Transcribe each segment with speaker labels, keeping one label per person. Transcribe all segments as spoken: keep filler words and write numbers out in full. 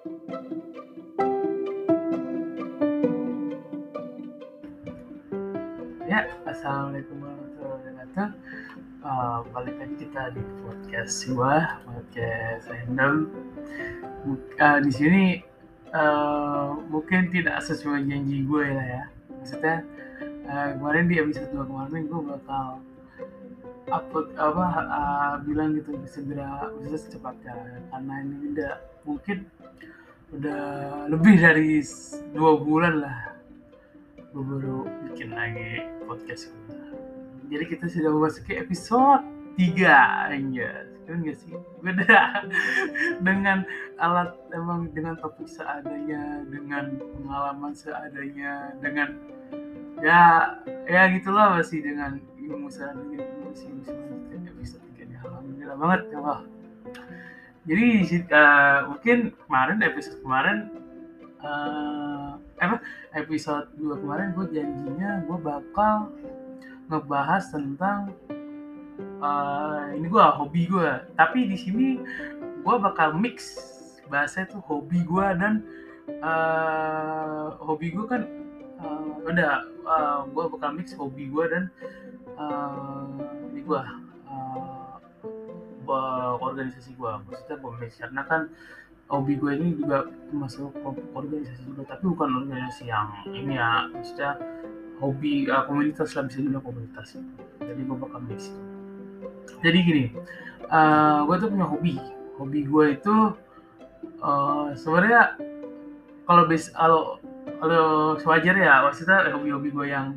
Speaker 1: Ya, assalamualaikum warahmatullahi wabarakatuh. Uh, balik lagi kita di podcast gua, podcast random. Uh, di sini uh, mungkin tidak sesuai janji gue ya, ya. Maksudnya uh, kemarin di episode dua kemarin gue bakal upload apa uh, bilang gitu segera bisa secepatnya karena ini udah mungkin udah lebih dari dua bulan lah gue baru bikin lagi podcast gue. Jadi kita sudah memasuki episode tiga aja. Keren gak sih? Udah dengan alat emang dengan topik seadanya, dengan pengalaman seadanya, dengan ya ya gitulah masih dengan ilmu seadanya masih bisa melanjutkan episode tiga nya. Alhamdulillah banget ya Allah. Jadi uh, mungkin kemarin episode kemarin uh, apa episode dua kemarin gue janjinya gue bakal ngebahas tentang uh, ini gue hobi gue, tapi di sini gue bakal mix bahasanya tuh hobi gue dan uh, hobi gue kan uh, udah uh, gue bakal mix hobi gue dan uh, ini gue uh, organisasi gue, maksudnya gue mix karena kan hobi gue ini juga termasuk organisasi juga, tapi bukan organisasi yang ini ya, maksudnya hobi uh, komunitas lah, bisa dibilang komunitas. Jadi gue bakal mix itu. Jadi gini, uh, gue tuh punya hobi. Hobi gue itu uh, sebenarnya kalau bis kalau kalau sewajar ya, maksudnya hobi-hobi gue yang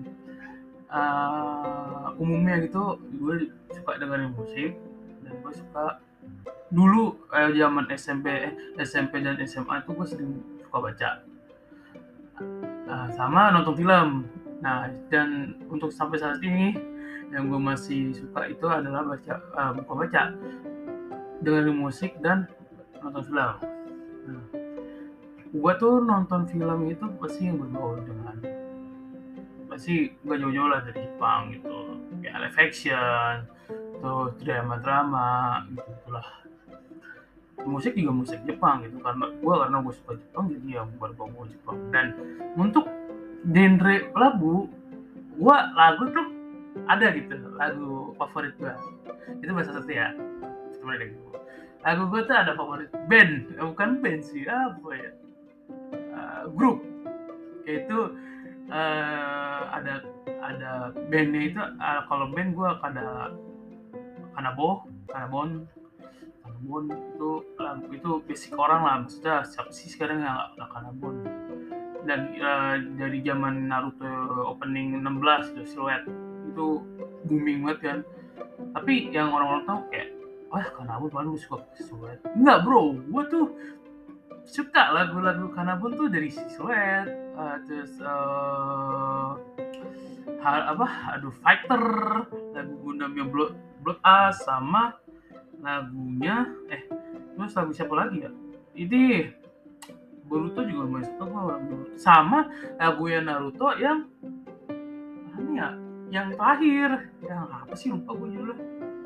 Speaker 1: uh, umumnya gitu, gue suka dengerin musik dan gue suka dulu eh, zaman S M P eh, S M P dan S M A itu gue sering suka baca uh, sama nonton film. Nah, dan untuk sampai saat ini yang gue masih suka itu adalah baca, uh, bukan baca, dengerin musik dan nonton film. Nah, gue tuh nonton film itu pasti yang berbau dengan pasti gak jauh-jauh lah dari Jepang gitu, kayak live action, terus drama-drama gitu lah. Musik juga musik Jepang gitu, karena gue karena gue suka Jepang jadi yang berbau Jepang. Dan untuk genre lagu, gue lagu tuh ada gitu, lagu favorit gue itu bahasa satu ya, sebenarnya gitu. Lagu gue tuh ada favorit band, eh, bukan band sih, apa ya, uh, grup, yaitu uh, ada ada bandnya itu, uh, kalau band gue ada Kanabo, Kanabon, Kanabon itu lagu itu basic orang lah, maksudnya siapa sih sekarang yang nggak Kanabon. Dan uh, dari zaman Naruto opening enam belas itu Silhouette itu booming banget kan. Tapi yang orang-orang tahu kayak, wah Kanabon paling gue suka Silhouette. Enggak bro, gue tuh suka lagu-lagu Kanabon tuh dari Silhouette, uh, terus uh, hal apa, aduh Fighter, lagu Gundam yang Blood Blood Us, sama lagunya eh terus lagu siapa lagi ya? Ini Boruto juga lumayan suka gue orang Boruto. Sama lagunya Naruto yang mana ya? Yang terakhir, yang apa sih lupa gue judulnya.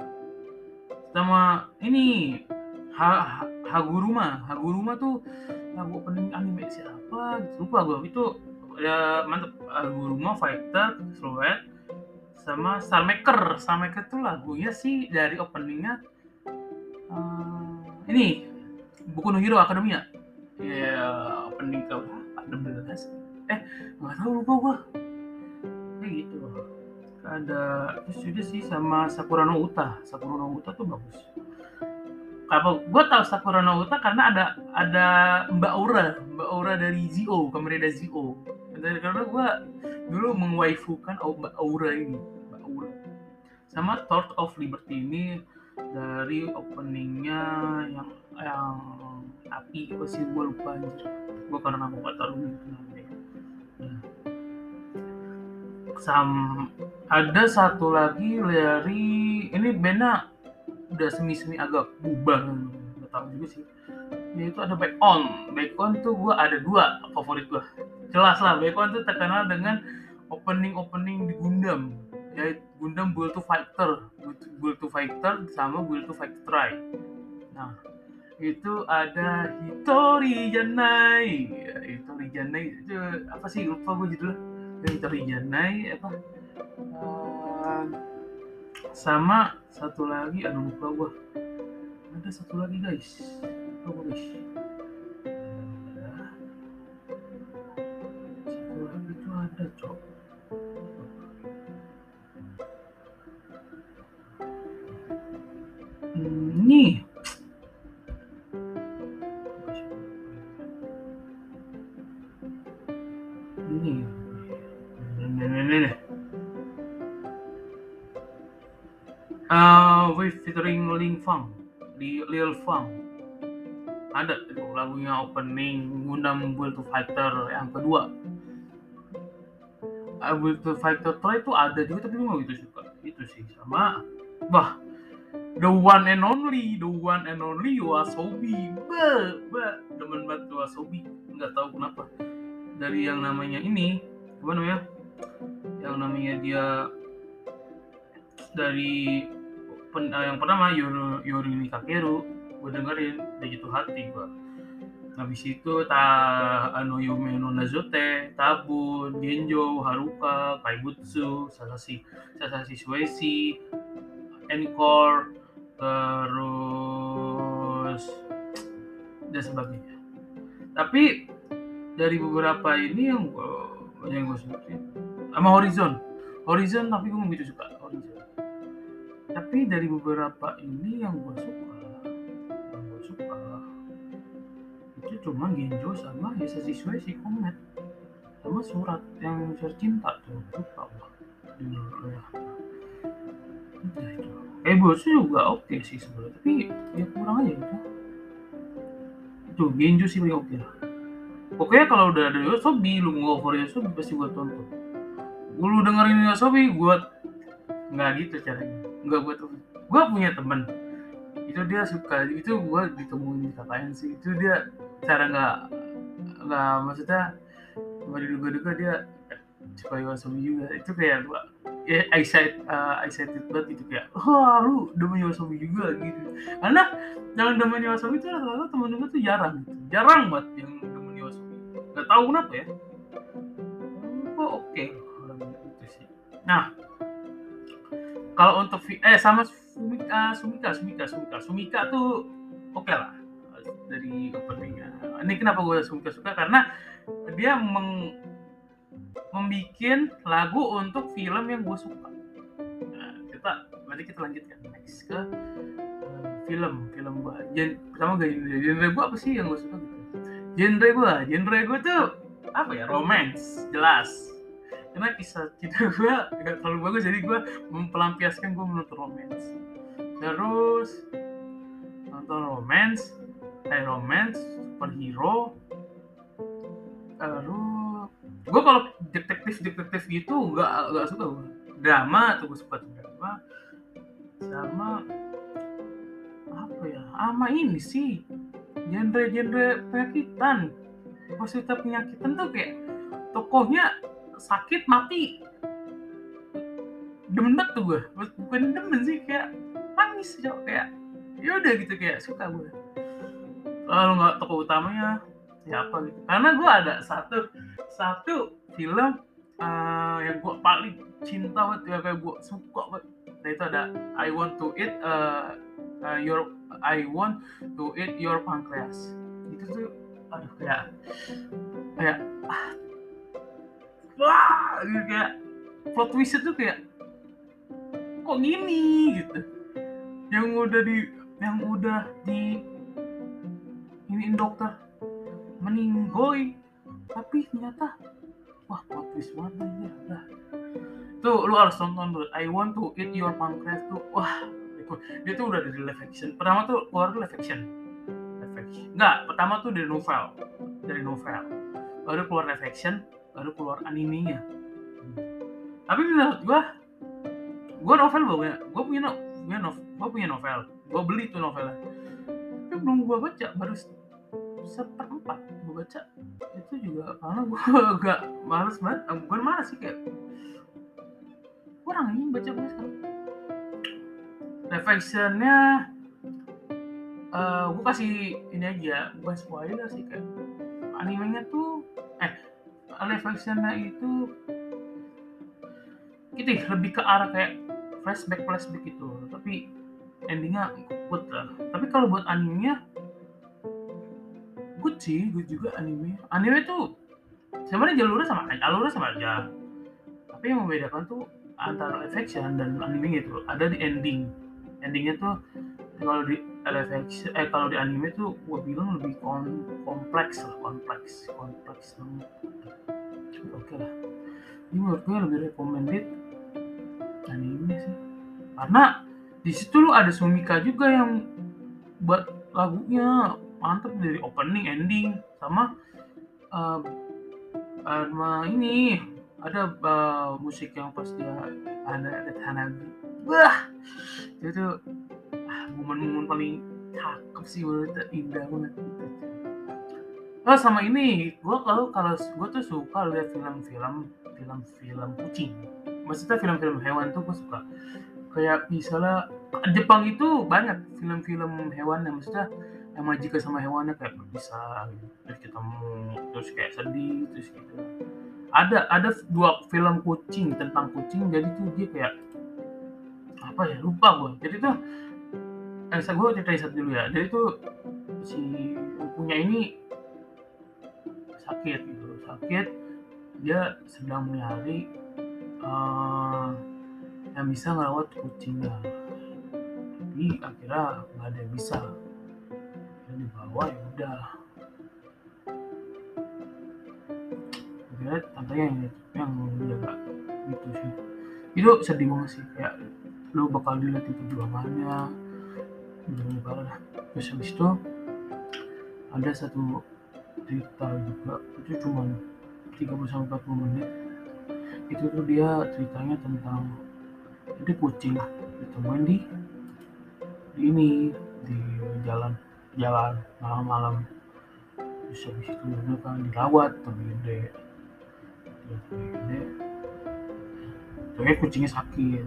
Speaker 1: Sama ini ha, ha, Haguruma, Haguruma tuh lagu opening anime siapa gitu, lupa gue. Itu ya mantep, Haguruma, Fighter, Silhouette, sama Star Maker. Star Maker tuh lagunya sih dari openingnya uh, ini Boku no Hero Academia. Ya opening ke ada belas eh nggak tahu, lupa gua kayak gitu. Ada terus juga sih sama Sakura no Uta. Sakura no Uta tuh bagus. Apa gua tahu Sakura no Uta karena ada ada Mbak Aura Mbak Aura dari Zio, Kamen Rider Zio. Karena gua dulu mengwaifukan Mbak Aura ini, Mbak Aura. Sama Sword of Liberty ini dari openingnya yang yang api apa sih, gue lupa anjir. Gue karena gue gak tahu gitu namanya. Nah. Sam, ada satu lagi dari ini bandnya udah semi-semi agak bubar, gak tahu juga sih. Yaitu ada Back On. Back On tuh gue ada dua favorit gue. Jelas lah, Back On tuh terkenal dengan opening-opening di Gundam. Yaitu Gundam Build to Fighter, Build to Fighter sama Build to Fighter Try. Nah, itu ada Hito Hitorijanai. Ya, Hitorijanai itu apa sih, lupa gue judulnya. Hitorijanai apa? Uh, sama satu lagi, aduh lupa gue. Ada satu lagi guys. Lupa guys. Satu lagi tuh ada cok. Hmm, nih. Ini. Ini ini ini. Uh, with featuring Ling Fang, di Lil Fang. Ada itu lagunya opening Gundam Build to Fighter yang kedua. Uh, Build to Fighter tiga itu ada juga tapi gue gak gitu suka. Itu sih sama. Bah, the one and only, the one and only Yoasobi. Bah, bah, demen banget Yoasobi. Nggak tahu kenapa. Dari yang namanya ini, apa namanya? Yang namanya dia dari pen, uh, yang pertama Yoru Yoru Kakeru, gue dengerin udah jatuh hati gue. Habis itu ta ano Yume no Nazote, Tabun, Genjo, Haruka, Kaibutsu, Sasashi Sasashi Sueshi, Encore, terus dan sebagainya. Tapi dari beberapa ini yang gue yang gue sebutin sama Horizon, Horizon tapi gue nggak begitu suka Horizon. Tapi dari beberapa ini yang gue suka, yang gue suka itu cuma Genjo sama Hisashi Sueshi Comet sama surat yang surat cinta tuh lupa gue judulnya. Udah itu. Eh bosnya juga oke okay sih sebenarnya, tapi ya kurang aja gitu. Itu Genjo sih paling oke okay lah. Pokoknya kalau udah ada Yoasobi, lu mau over Yoasobi pasti gue tonton. Lu dengerin Yoasobi, gue nggak gitu caranya. Nggak gue tuh, gue punya temen itu dia suka, itu gue ditemuin di K K N sih, itu dia cara nggak nggak maksudnya nggak diduga-duga dia suka Yoasobi juga. Itu kayak gue ya excited uh, excited banget gitu, kayak wah lu demen Yoasobi juga gitu. Karena yang demen Yoasobi itu rata-rata temen gue tuh jarang gitu, jarang banget yang demen Yoasobi. Nggak tahu kenapa ya. Oh, oke okay. Itu sih. Nah, kalau untuk eh sama Sumika Sumika Sumika Sumika Sumika tuh oke okay lah dari openingnya. Ini kenapa gue Sumika suka, karena dia meng membikin lagu untuk film yang gue suka. Nah, kita nanti kita lanjutkan next ke uh, film film gue. Gen, pertama gak genre, genre gue apa sih yang gue suka gitu. Genre gue, genre gue tuh apa ya, romance jelas. Karena kisah cinta gue gak terlalu bagus, jadi gue mempelampiaskan gue menonton romance. Terus nonton romance, kayak romance, superhero. Terus gue kalau detektif-detektif gitu gak, gak suka gue. Drama tuh gue suka drama. Sama apa ya, sama ini sih genre-genre penyakitan. Maksudnya penyakitan tuh kayak tokohnya sakit mati, demen banget tuh gue. Bukan demen sih, kayak nangis cok, kayak yaudah gitu, kayak suka gue. Kalau nggak tokoh utamanya siapa gitu, karena gue ada satu satu film uh, yang gue paling cinta banget ya, kayak gue suka banget. Nah itu ada I want to eat uh, uh, your I want to eat your pancreas. Itu tuh aduh kayak kayak ah, wah gitu, kayak plot twist itu kayak kok gini gitu, yang udah di yang udah di iniin dokter meninggoy, tapi ternyata wah plot twist banget aja. Udah tuh lu harus tonton tuh I want to eat your pancreas tuh. Wah dia tuh udah dari live action. Pertama tuh keluar tuh live action live action enggak, pertama tuh dari novel dari novel baru keluar live action, baru keluar animenya. Tapi menurut gua gua novel gua punya gua punya no, punya novel gua punya novel gua beli tuh novelnya, tapi belum gua baca, baru seperempat gua baca. Itu juga karena gua agak males banget, bukan malas sih, kayak kurang ini baca gue sekarang. Live actionnya uh, gue kasih ini aja, bukan spoiler sih, kan animenya tuh eh live actionnya itu gitu ya, lebih ke arah kayak flashback flashback gitu, tapi endingnya good lah. Tapi kalau buat animenya good sih, good juga anime. Anime tuh sebenarnya jalurnya sama aja, alurnya sama aja. Tapi yang membedakan tuh antara live action dan anime gitu, ada di ending. Endingnya tuh kalau di live action, eh kalau di anime tuh gue bilang lebih kom- kompleks lah, kompleks, kompleks banget. Oke lah. Ini menurut gue lebih recommended anime sih. Karena di situ lu ada Sumika juga yang buat lagunya mantep dari opening, ending, sama uh, sama ini ada uh, musik yang pas dia ada ada Hanabi. Wah, itu tuh ah, momen-momen paling cakep sih, menurut indah banget gitu. Oh sama ini, gue kalau kalau gue tuh suka lihat film-film film-film kucing. Maksudnya film-film hewan tuh gue suka. Kayak misalnya Jepang itu banyak film-film hewan yang maksudnya yang majikan sama hewannya kayak berpisah gitu. Terus ketemu, terus kayak sedih, terus gitu. Ada ada dua film kucing tentang kucing, jadi tuh dia kayak apa ya, lupa gue. Jadi tuh eh gue ceritain satu dulu ya. Jadi tuh si punya ini sakit gitu, sakit, dia sedang mencari uh, yang bisa ngerawat kucingnya, tapi akhirnya nggak ada yang bisa. Dia dibawa, ya udah, akhirnya tantenya yang yang menjaga gitu sih. Itu sedih banget sih, kayak lu bakal dilihatin perjuangannya gimana parah. Terus habis itu ada satu cerita juga, itu cuma tiga puluh sampai empat puluh menit. Itu tuh dia ceritanya tentang jadi kucing ditemuin di di ini di jalan jalan malam-malam. Terus habis itu dia kan dirawat tapi gede, tapi gede, tapi kucingnya sakit.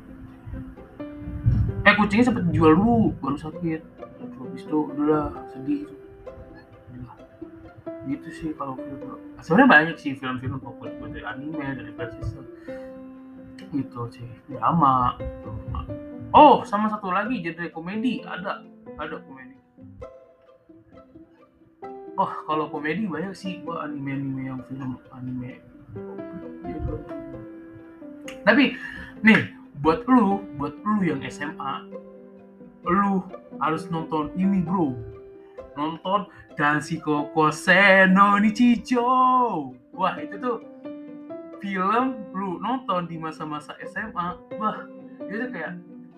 Speaker 1: Eh kucingnya sempet dijual dulu baru sakit. Terus habis itu udahlah sedih itu. Udah. Gitu sih kalau film. Sebenarnya banyak sih film-film favorit gue dari anime, dari versi gitu sih, drama gitu. Oh sama satu lagi genre komedi, ada ada komedi. Oh kalau komedi banyak sih gua, anime-anime yang film anime gitu. Tapi nih buat lu buat lu yang S M A, lu harus nonton ini bro, nonton Danshiko Seno ni Chicho. Wah itu tuh film lu nonton di masa-masa S M A, wah itu kayak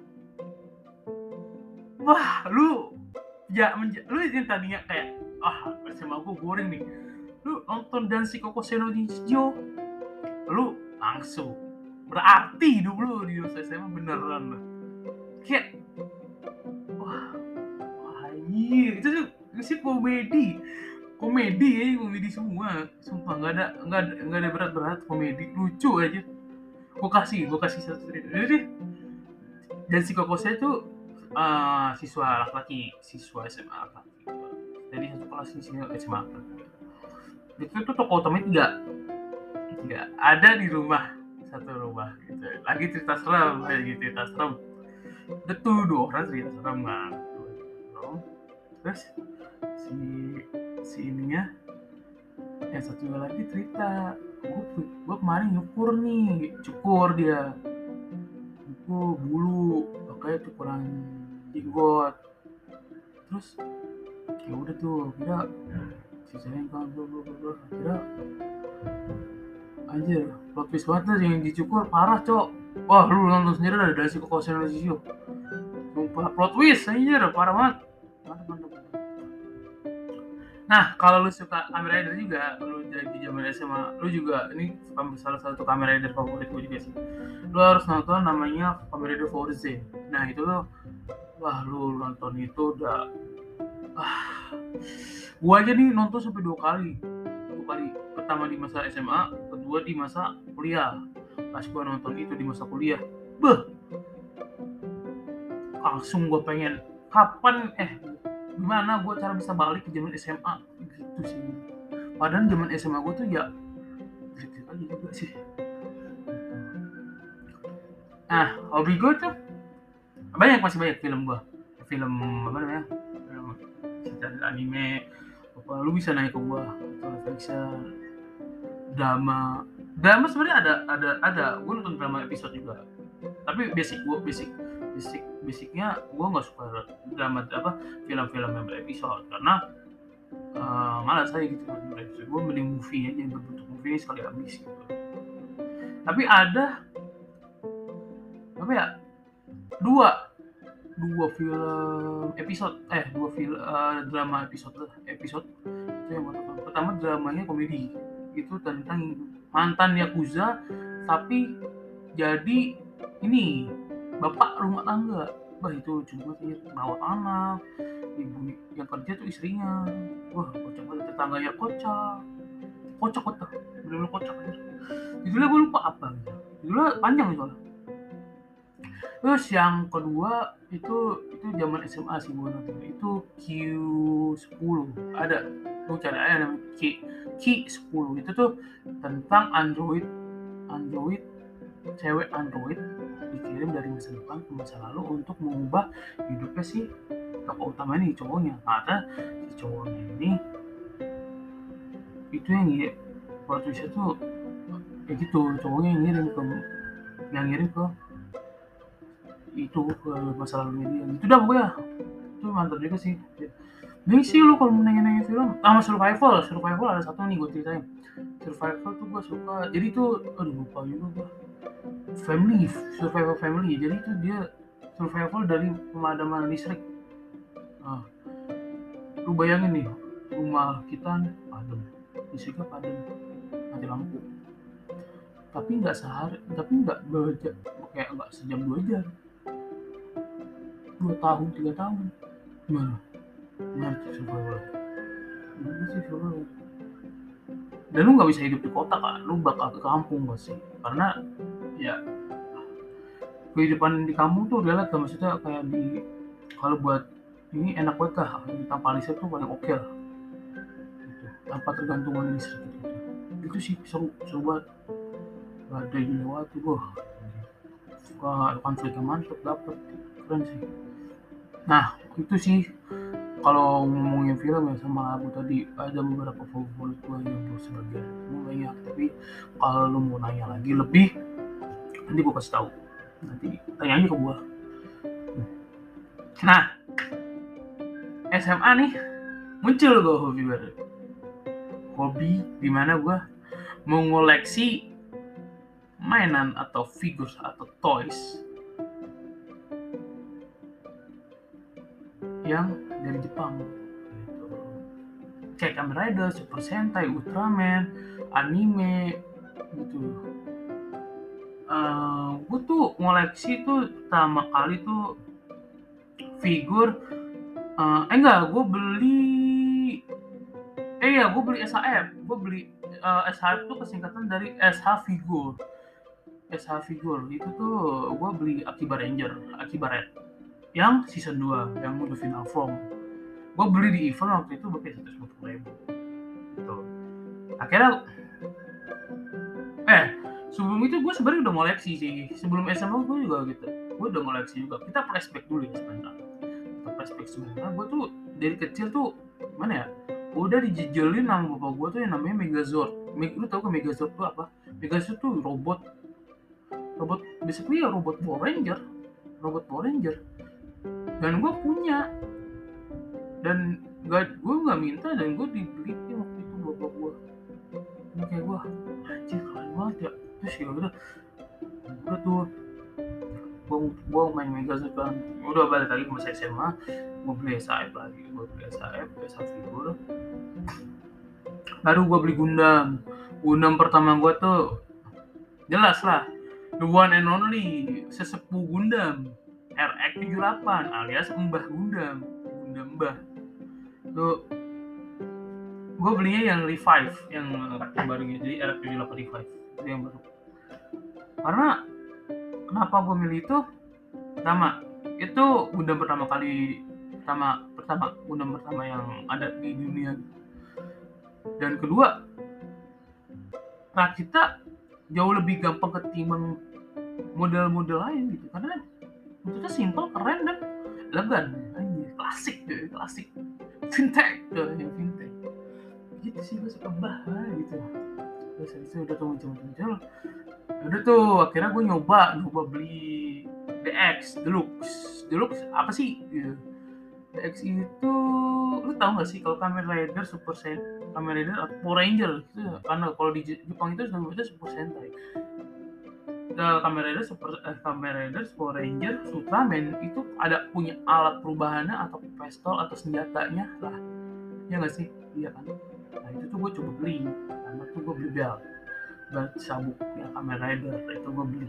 Speaker 1: wah lu ya menja- lu yang tadinya kayak ah S M A gue boring nih, lu nonton Danshiko Seno ni Chicho, lu langsung berarti hidup lu di masa S M A beneran lah. Kayak wah wah anjir, itu tuh sih komedi komedi ya, komedi semua sumpah, nggak ada nggak ada nggak ada berat-berat, komedi lucu aja. Gue kasih gue kasih satu cerita jadi dan si kokosnya itu uh, siswa laki-laki, siswa S M A laki-laki, jadi satu kelas di sini S M A itu tuh tokoh utamanya tiga tiga ada di rumah, satu rumah gitu, lagi cerita serem, lagi cerita serem, betul dua orang cerita serem kan. Terus si si ininya yang satu lagi cerita, gue gue kemarin nyukur nih, cukur dia cukur bulu makanya cukuran jenggot. Terus ya udah tuh kira sisanya kan bla bla bla, kira anjir plot twist banget tuh, yang dicukur parah cok. Wah lu nonton sendiri lah dari si Kokosen Lucio, sumpah plot twist anjir parah banget, mantap mantap. Nah kalau lu suka Kamen Rider juga, lu jadi zaman S M A lu juga, ini salah satu Kamen Rider favorit gue juga sih, lu harus nonton namanya Kamen Rider Fourze. Nah itu tuh wah lu nonton itu udah ah, gua aja nih nonton sampai dua kali dua kali pertama di masa S M A, kedua di masa kuliah. Pas gua nonton itu di masa kuliah, beh langsung gua pengen kapan eh gimana gue cara bisa balik ke zaman S M A gitu sih. Padahal zaman S M A gue tuh ya gitu aja juga sih. Nah, hobi gue tuh banyak, masih banyak film gue. Film apa namanya? Film cerita anime. Apa lu bisa nanya ke gue, atau fiction, drama. Drama sebenarnya ada ada ada. Gue nonton drama episode juga. Tapi basic gue basic basic basicnya gue nggak suka drama apa film-film yang berepisode karena uh, malas saya gitu kan. Gue mending movie aja yang berbentuk movie sekali habis gitu. Tapi ada apa ya, dua dua film episode eh dua film uh, drama episode episode itu yang gue tonton. Pertama dramanya komedi, itu tentang mantan yakuza tapi jadi ini bapak rumah tangga. Wah itu lucu banget ya, merawat anak, ibu yang kerja tuh istrinya. Wah kocak banget, tetangganya kocak kocak kocak bener-bener kocak aja. Judulnya gue lupa apa gitu, judulnya panjang soalnya. Terus yang kedua itu itu zaman S M A sih gue nonton, itu Q sepuluh. Ada, lu cari aja namanya Q Q sepuluh. Itu tuh tentang android android cewek android dikirim dari masa depan ke masa lalu untuk mengubah hidupnya si tokoh utama ini, cowoknya. Karena si cowoknya ini itu yang ngirim waktu itu tuh kayak gitu, cowoknya yang ngirim ke yang ngirim ke itu ke masa lalunya dia gitu dah pokoknya. Itu mantap juga sih. Ini sih lu kalau nanya-nanya film sama survival survival ada satu nih gue ceritain. Survival tuh gue suka, jadi tuh aduh lupa juga gue, family survival family. Jadi itu dia survival dari pemadaman listrik. Nah, lu bayangin nih, rumah kita padam, listriknya padam, mati lampu. Tapi nggak sehari, tapi nggak berjam, kayak nggak sejam dua jam, dua tahun tiga tahun. Gimana? Gimana tuh survival? Gimana sih survival? Dan lu nggak bisa hidup di kota kan, lu bakal ke kampung pasti. Karena ya kehidupan di kampung tuh relatif, maksudnya kayak di kalau buat ini enak banget lah, tanpa listrik tuh paling oke okay lah gitu, tanpa tergantungan listrik gitu. Itu sih seru seru banget, gak ada yang lewati. Wah suka konfliknya mantep dapet, keren sih. Nah itu sih kalau ngomongin film ya sama lagu tadi, ada beberapa favorit gue yang gue sebagian banyak. Tapi kalau lu mau nanya lagi lebih, nanti gue kasih tahu, nanti tanya aja ke gue. Nah S M A nih muncul gue hobi baru, hobi dimana gue mengoleksi mainan atau figur atau toys yang dari Jepang gitu. Kayak Kamen Rider, Super Sentai, Ultraman, anime gitu. Uh, gue tuh ngoleksi tuh pertama kali tuh figur uh, eh enggak gue beli eh ya gue beli S H F. Gue beli uh, S H F tuh kesingkatan dari S H Figure. S H Figure itu tuh gue beli Akiba Ranger, Akiba Red yang season dua, yang udah final form. Gue beli di event waktu itu pakai seratus lima puluh ribu gitu. Akhirnya eh sebelum itu gue sebenarnya udah ngoleksi sih, sebelum S M A gue juga gitu, gue udah ngoleksi juga. Kita flashback dulu ya sebentar, kita flashback sebentar. Gue tuh dari kecil tuh mana ya, udah dijejelin sama bapak gue tuh yang namanya Megazord. Meg- lu tau kan Megazord tuh apa? Megazord tuh robot robot basically ya robot Power Ranger, robot Power Ranger. Dan gue punya, dan gak, gue nggak minta, dan gue dibeliin waktu itu bapak gue. Ini kayak gue anjir keren banget ya. Terus ya udah udah tuh gue gue main Megazord kan, udah balik lagi ke masa S M A. Gue beli S H F lagi, gue beli S H F, S H Figure. Baru gue beli Gundam. Gundam pertama gue tuh jelas lah, the one and only sesepuh Gundam, R X tujuh puluh delapan alias Mbah Gundam, Gundam Mbah. Tuh gue belinya yang Revive, yang yang barunya, jadi R X tujuh puluh delapan Revive itu yang baru. Karena kenapa gue milih itu? Pertama, itu Gundam pertama kali pertama pertama Gundam pertama yang ada di dunia. Dan kedua, Rakita jauh lebih gampang ketimbang model-model lain gitu, karena maksudnya simple, keren, dan elegan. Anjir, klasik gitu, klasik. Fintech tuh, yang fintech. Gitu sih gue suka banget gitu. Terus habis itu udah tuh muncul-muncul. Udah tuh akhirnya gue nyoba nyoba beli D X Deluxe. Deluxe apa sih? Gitu. D X itu lu tau gak sih kalau Kamen Rider Super Sen Kamen Rider atau Power Ranger gitu, karena kalau di Jepang itu sebutnya Super Sentai. Uh, Kamen Rider Super eh, Kamen Rider Power Ranger Ultraman itu ada punya alat perubahannya atau pistol atau senjatanya lah, ya nggak sih? Iya kan? Nah itu tuh gue coba beli, karena tuh gue beli belt belt sabuk ya Kamen Rider itu gue beli.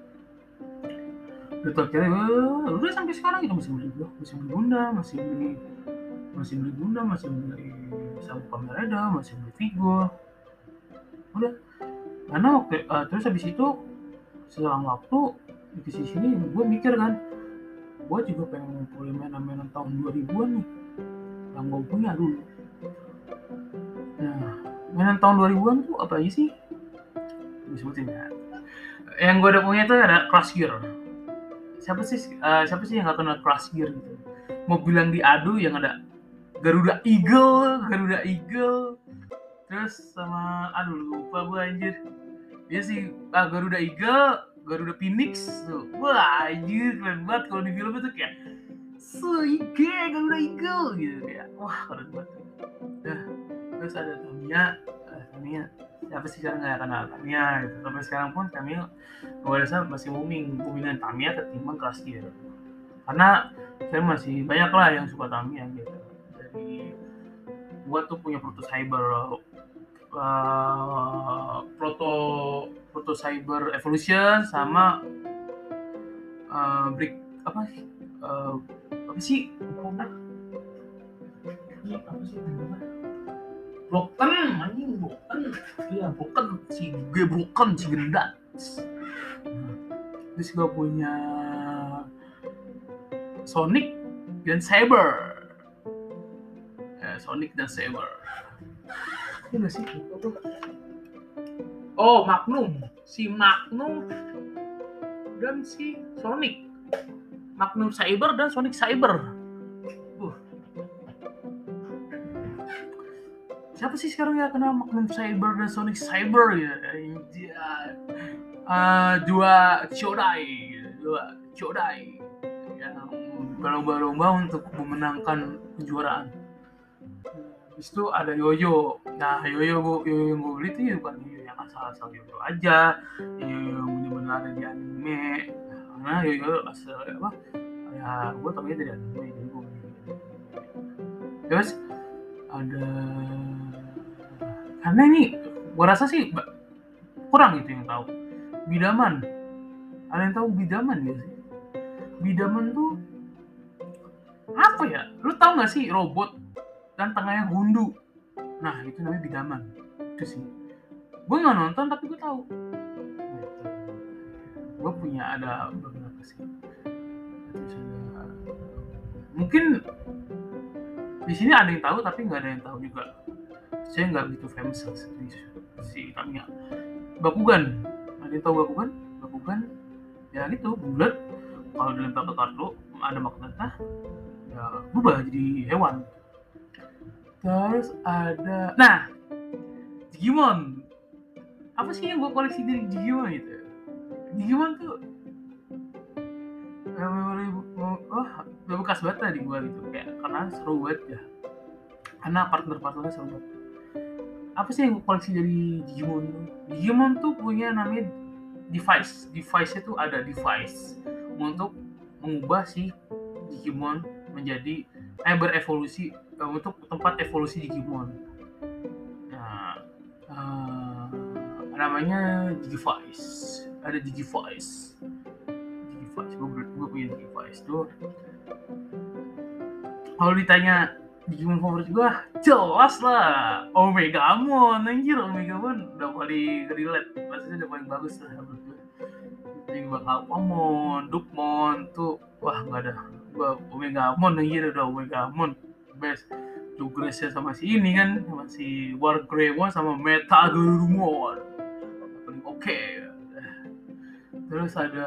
Speaker 1: Udah tuh akhirnya uh, udah sampai sekarang itu masih beli masih beli Gundam, masih beli masih beli Gundam, masih beli sabuk Kamen Rider, masih beli figur. Udah, karena waktu uh, terus habis itu selang waktu di sini gue mikir kan, gue juga pengen ngumpulin mainan-mainan tahun dua ribuan nih yang gue punya dulu. Nah, mainan tahun dua ribuan tuh apa aja sih? Gue sebutin ya. Yang gue udah punya tuh ada Crash Gear. Siapa sih uh, siapa sih yang gak kenal Crash Gear gitu? Mau bilang diadu yang ada Garuda Eagle, Garuda Eagle. Terus sama aduh lupa gue anjir. Dia sih ah, Garuda Eagle, Garuda Phoenix tuh. Wah anjir keren banget kalau di film itu kayak Suige Garuda Eagle gitu ya. Wah keren banget. Nah, terus ada Tamiya, uh, Tamiya. Siapa sih sekarang nggak kenal Tamiya gitu. Sampai sekarang pun Tamiya gue rasa masih booming, boomingan Tamiya ketimbang Crash Gear. Karena saya masih banyak lah yang suka Tamiya gitu. Jadi gue tuh punya Proto Cyber Uh, Proto Proto Cyber Evolution sama uh, Brick apa sih uh, apa sih apa ini apa sih namanya Broken anjing Broken iya Broken si gue Broken si gendat. Nah, terus gue punya Sonic dan Saber ya, Sonic dan Saber. Ini gak sih? Oh, Magnum. Si Magnum dan si Sonic. Magnum Cyber dan Sonic Cyber. Uh. Siapa sih sekarang yang kenal Magnum Cyber dan Sonic Cyber ya? Uh, dua Chodai. Dua Chodai. Yang berlomba-lomba untuk memenangkan kejuaraan. Habis itu ada Yoyo. Nah, Yoyo gue Yoyo yang gue beli tuh bukan Yoyo yang asal-asal Yoyo aja. Yoyo yang bener-bener ada di anime. Nah, karena Yoyo asal apa? Ya, gue taunya dari anime jadi gue beli. Terus ada karena ini gue rasa sih kurang gitu yang tahu. Bidaman. Ada yang tahu Bidaman ya sih? Bidaman tuh apa ya? Lu tahu nggak sih robot dan tengahnya gundu? Nah itu namanya Bidaman. Itu sih gue nggak nonton tapi gue tahu. Gue punya ada beberapa sih. Ada, mungkin di sini ada yang tahu tapi nggak ada yang tahu juga. Saya nggak begitu famous si Tamiya. Bakugan, ada yang tahu Bakugan? Bakugan ya gitu bulat. Kalau dilempar ke kartu ada magnetnya ya berubah jadi hewan. Terus ada, nah, Digimon. Apa sih yang gue koleksi dari Digimon itu? Digimon tuh, oh, udah bekas banget lah di gue gitu, kayak karena seru banget ya. Karena partner-partnernya seru banget. Apa sih yang gue koleksi dari Digimon tuh? Digimon tuh punya namanya device. Device-nya tuh ada device untuk mengubah si Digimon menjadi eh berevolusi untuk tempat evolusi Digimon. Nah, uh, namanya Digivice. Ada Digivice. Digivice. Gue, gue punya Digivice tuh. Kalau ditanya Digimon favorit gue, jelas lah Omegamon. Anjir, Omegamon udah paling relate. Maksudnya udah paling bagus lah menurut gue. Yang bakal Pomon, Dukmon tuh, wah nggak ada. Gua Omegamon anjir, udah Omegamon best. Jugresnya sama si ini kan, sama si Wargreymon sama Metagroomon paling oke okay. Terus ada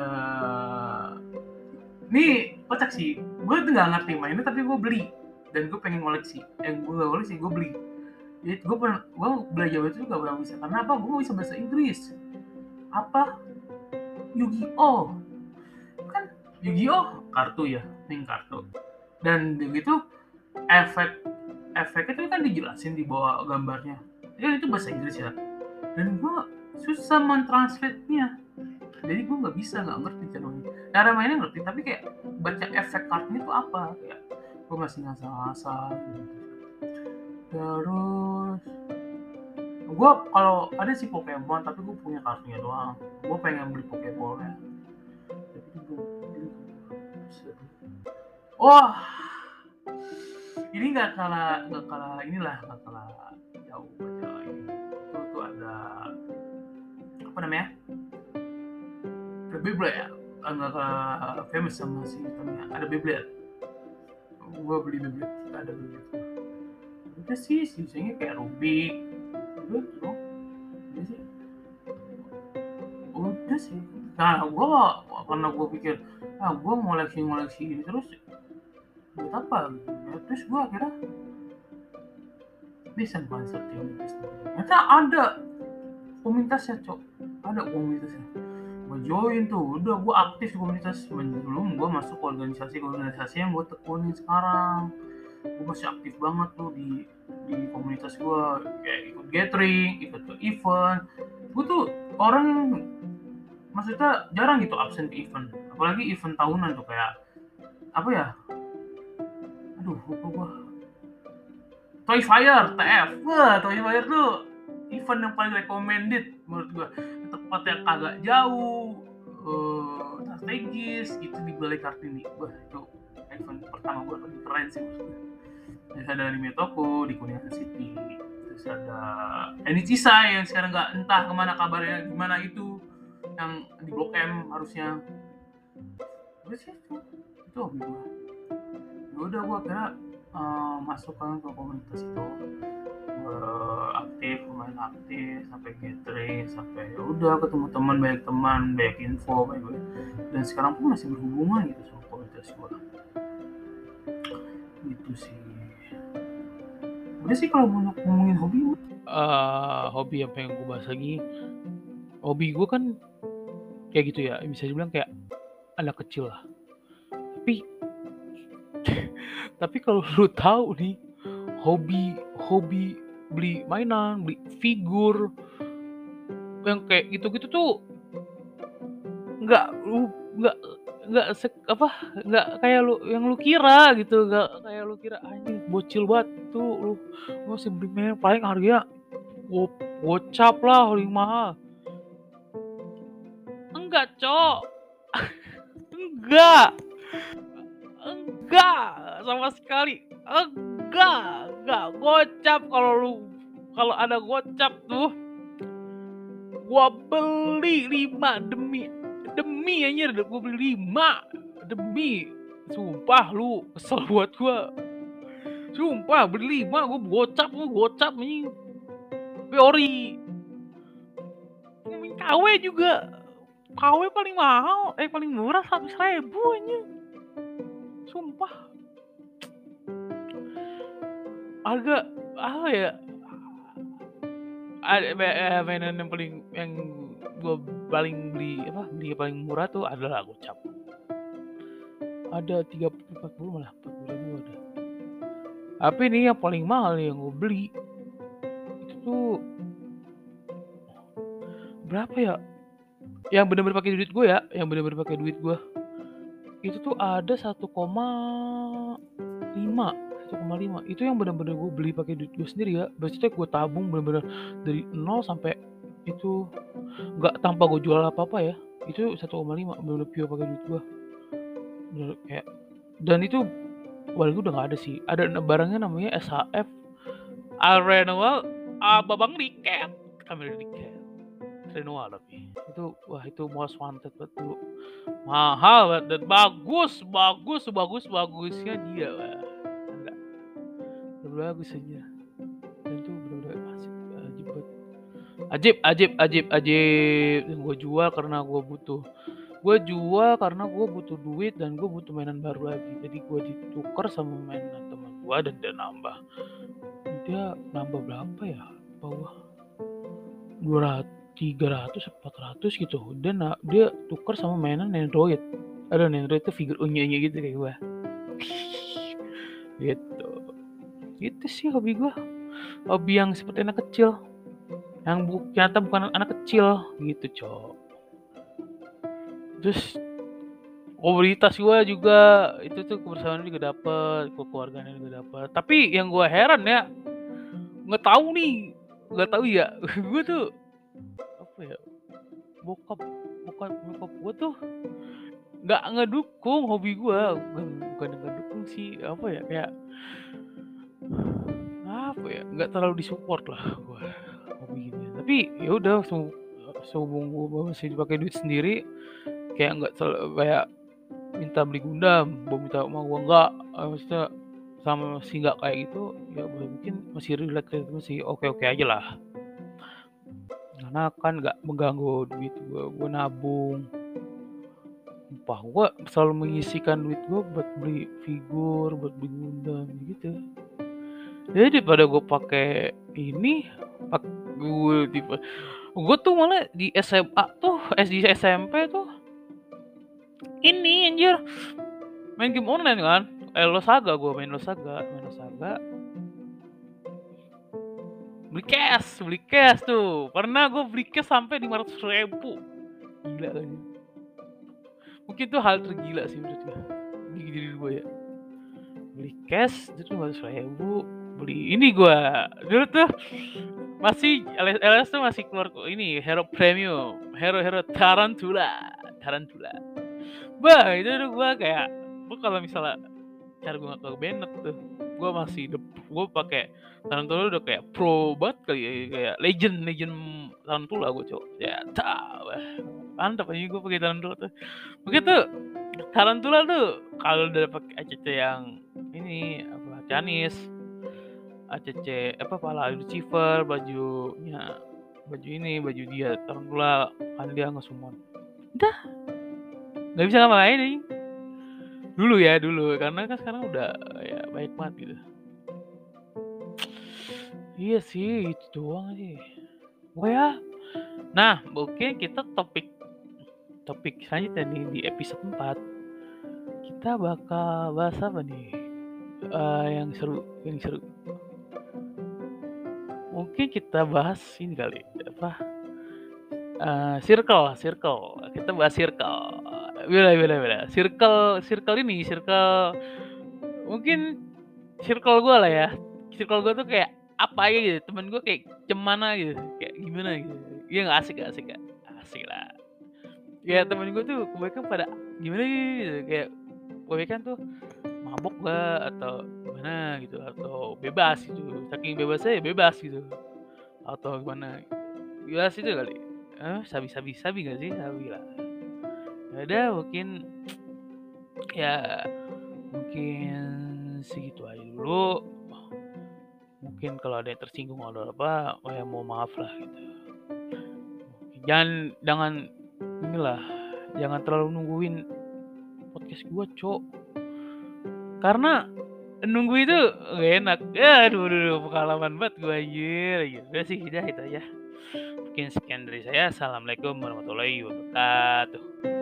Speaker 1: ini kocak sih, gue tuh nggak ngerti mainnya tapi gue beli dan gue pengen koleksi. Eh gue gak koleksi, gue beli. Jadi gue pernah, gue belajar itu juga pernah bisa. Karena apa? Gue bisa bahasa Inggris. Apa? Yu-Gi-Oh! Kan Yu-Gi-Oh! Kartu ya, main kartu. Dan begitu efek efeknya itu kan dijelasin di bawah gambarnya. Ya itu bahasa Inggris ya. Dan gue susah mentranslate-nya. Jadi gue nggak bisa, nggak ngerti caranya. Cara mainnya ngerti, tapi kayak baca efek kartunya itu apa? Kayak gue masih ngasal-ngasal gitu. Terus gue kalau ada sih Pokemon, tapi gue punya kartunya doang. Gue pengen beli Pokeballnya. Wah, ini nggak kalah nggak kalah inilah nggak kalah jauh baca ini. Itu tuh ada apa namanya? Ada Beyblade ya. Nggak kalah famous sama si namanya. Ada Beyblade. Gue beli Beyblade, ada Beyblade. Udah sih, sisanya kayak Rubik. Udah tuh. Udah sih. Udah sih. Nah, gue karena gue pikir, ah gue ngoleksi-ngoleksi ini terus buat apa gitu ya. Terus gue akhirnya bisa konsep yang ternyata ada komunitasnya, cok. Ada komunitasnya. Gue join tuh, udah gue aktif di komunitas. Sebelum gue masuk ke organisasi-organisasi yang gue tekunin sekarang. Gue masih aktif banget tuh di di komunitas gue, kayak ikut gathering, ikut ke event. Gue tuh orang yang maksudnya jarang gitu absen ke event, apalagi event tahunan tuh kayak apa ya, aduh lupa gue, Toy Fire T F. Wah, Toy Fire tuh event yang paling recommended menurut gue. Tempatnya agak jauh, uh, strategis gitu di Balai Kartini. Wah, itu event pertama gue paling keren sih menurut gue. Terus ada Anime Toko di Kuningan City. Terus ada Enichisa yang sekarang nggak entah kemana kabarnya, gimana itu yang di Blok M harusnya. Udah sih itu, itu hobi gue. Ya udah gue kira uh, masuk kan ke komunitas itu, gue aktif, lumayan aktif sampai gathering, sampai ya udah ketemu teman, banyak teman, banyak info, banyak, banyak. Dan sekarang pun masih berhubungan gitu sama komunitas gue. Gitu sih. Udah sih kalau mau ngomongin hobi.
Speaker 2: Uh, hobi yang pengen gue bahas lagi, hobi gue kan kayak gitu ya, bisa dibilang kayak anak kecil lah. Tapi tapi kalau lu tahu nih, hobi hobi beli mainan, beli figur yang kayak gitu-gitu tuh nggak lu nggak nggak apa nggak kayak lu yang lu kira gitu, nggak kayak lu kira anjing bocil banget tuh lu masih beli mainan paling harganya go gocap lah paling mahal. Enggak, cok. enggak enggak sama sekali, enggak enggak gocap. Kalau lu kalau ada gocap tuh gua beli lima demi demi anjir, gua beli lima demi, sumpah lu kesel buat gua, sumpah beli lima gua gocap, gua gocap nih Fiori. K W juga, K W paling mahal, eh paling murah seratus ribu aja, sumpah. Agak apa ya, ada mainan yang paling yang gue paling beli apa beli paling murah tuh adalah gocap. Ada tiga puluh empat puluh malah empat puluh ribu ada. Tapi ini yang paling mahal yang gue beli itu tuh berapa ya? Yang benar-benar pakai duit gue ya, yang benar-benar pakai duit gue. Itu tuh ada satu koma lima. Itu yang benar-benar gue beli pakai duit gue sendiri ya. Maksudnya gue tabung benar-benar dari nol sampai itu nggak tanpa gue jual apa-apa ya. Itu satu koma lima benar-benar pure pakai duit gue. Bener, kayak, dan itu walaupun udah nggak ada sih. Ada barangnya namanya S H F Arenal uh, Babang Diket, Kamil Diket. Renoa tapi itu wah itu most wanted banget dulu, mahal banget dan bagus bagus bagus bagusnya dia wah enggak bener bagus aja dan itu bener-bener asik ajib banget ajib ajib ajib ajib yang gue jual karena gue butuh gue jual karena gue butuh duit dan gue butuh mainan baru lagi, jadi gue ditukar sama mainan teman gue dan dia nambah dia nambah berapa ya bawah dua ratus tiga ratus empat ratus gitu dan nah, dia tukar sama mainan Android ada Android itu figur unyu-unyu gitu kayak gue gitu itu sih hobi gue, hobi yang seperti anak kecil yang bu- ternyata bukan anak kecil gitu cok. Terus komunitas gue juga itu tuh kebersamaan juga dapet, kekeluargaan juga dapet. Tapi yang gue heran ya nggak tahu nih nggak tahu ya gue tuh apa ya bokap bokap bokap gue tuh nggak ngedukung hobi gue, bukan bukan ngedukung sih apa ya kayak apa ya nggak terlalu disupport lah gue hobi gini. Tapi ya udah sehubung gue masih dipakai duit sendiri kayak nggak kayak minta beli Gundam, gue minta mau gue nggak, maksudnya sama masih nggak kayak gitu ya mungkin masih relate masih oke oke aja lah karena kan nggak mengganggu duit gue, gue nabung, upah gue selalu mengisikan duit gue buat beli figur, buat beli Gundam gitu. Jadi daripada gue pakai ini, pak gue tipe, gue tuh malah di S M A tuh, S di S M P tuh, ini anjir main game online kan, eh Losaga gue main Losaga, main Losaga. Beli cash, beli cash tuh. Pernah gue beli cash sampai lima ratus ribu. Gila kan. Mungkin itu hal tergila sih menurut gue. Di diri gue ya. Beli cash itu lima ratus ribu. Beli ini gue. Dulu tuh masih L S tuh masih keluar ini hero premium, hero-hero Tarantula, Tarantula. Bah, itu tuh gue kayak gue kalau misalnya cara gue nggak ke Bennett tuh gue masih gue pakai Tarantula udah kayak pro banget kali ya, kayak legend legend Tarantula gue cok ya tahu mantap aja gue pakai Tarantula tuh begitu. Tarantula tuh kalau udah pakai A C C yang ini apa Janis A C C apa pala Lucifer bajunya baju ini baju dia Tarantula kan dia ngesumon udah nggak bisa ngapain nih dulu ya dulu karena kan sekarang udah ya baik banget gitu. Iya sih itu doang sih. Oh ya. Nah oke kita topik topik selanjutnya nih di episode empat kita bakal bahas apa nih uh, yang seru yang seru mungkin kita bahas ini kali apa uh, circle circle kita bahas circle. Bila bila bila circle circle ini circle mungkin circle gue lah ya, circle gue tuh kayak apa aja gitu, temen gue kayak cemana gitu, kayak gimana gitu, ya nggak asik gak asik gak asik lah ya. Temen gue tuh kebanyakan pada gimana gitu, kayak kebanyakan tuh mabok gak atau gimana gitu atau bebas gitu, saking bebasnya ya bebas gitu atau gimana bebas itu kali eh sabi sabi sabi gak sih sabi lah. Ada mungkin ya mungkin segitu aja dulu. Mungkin kalau ada yang tersinggung atau apa, oh ya mau maaf lah gitu. Jangan jangan inilah, jangan terlalu nungguin podcast gua, Cok. Karena nunggu itu gak enak. Ya aduh, aduh, pengalaman banget gua anjir. Udah sih, udah itu aja. Mungkin sekian dari saya. Assalamualaikum warahmatullahi wabarakatuh.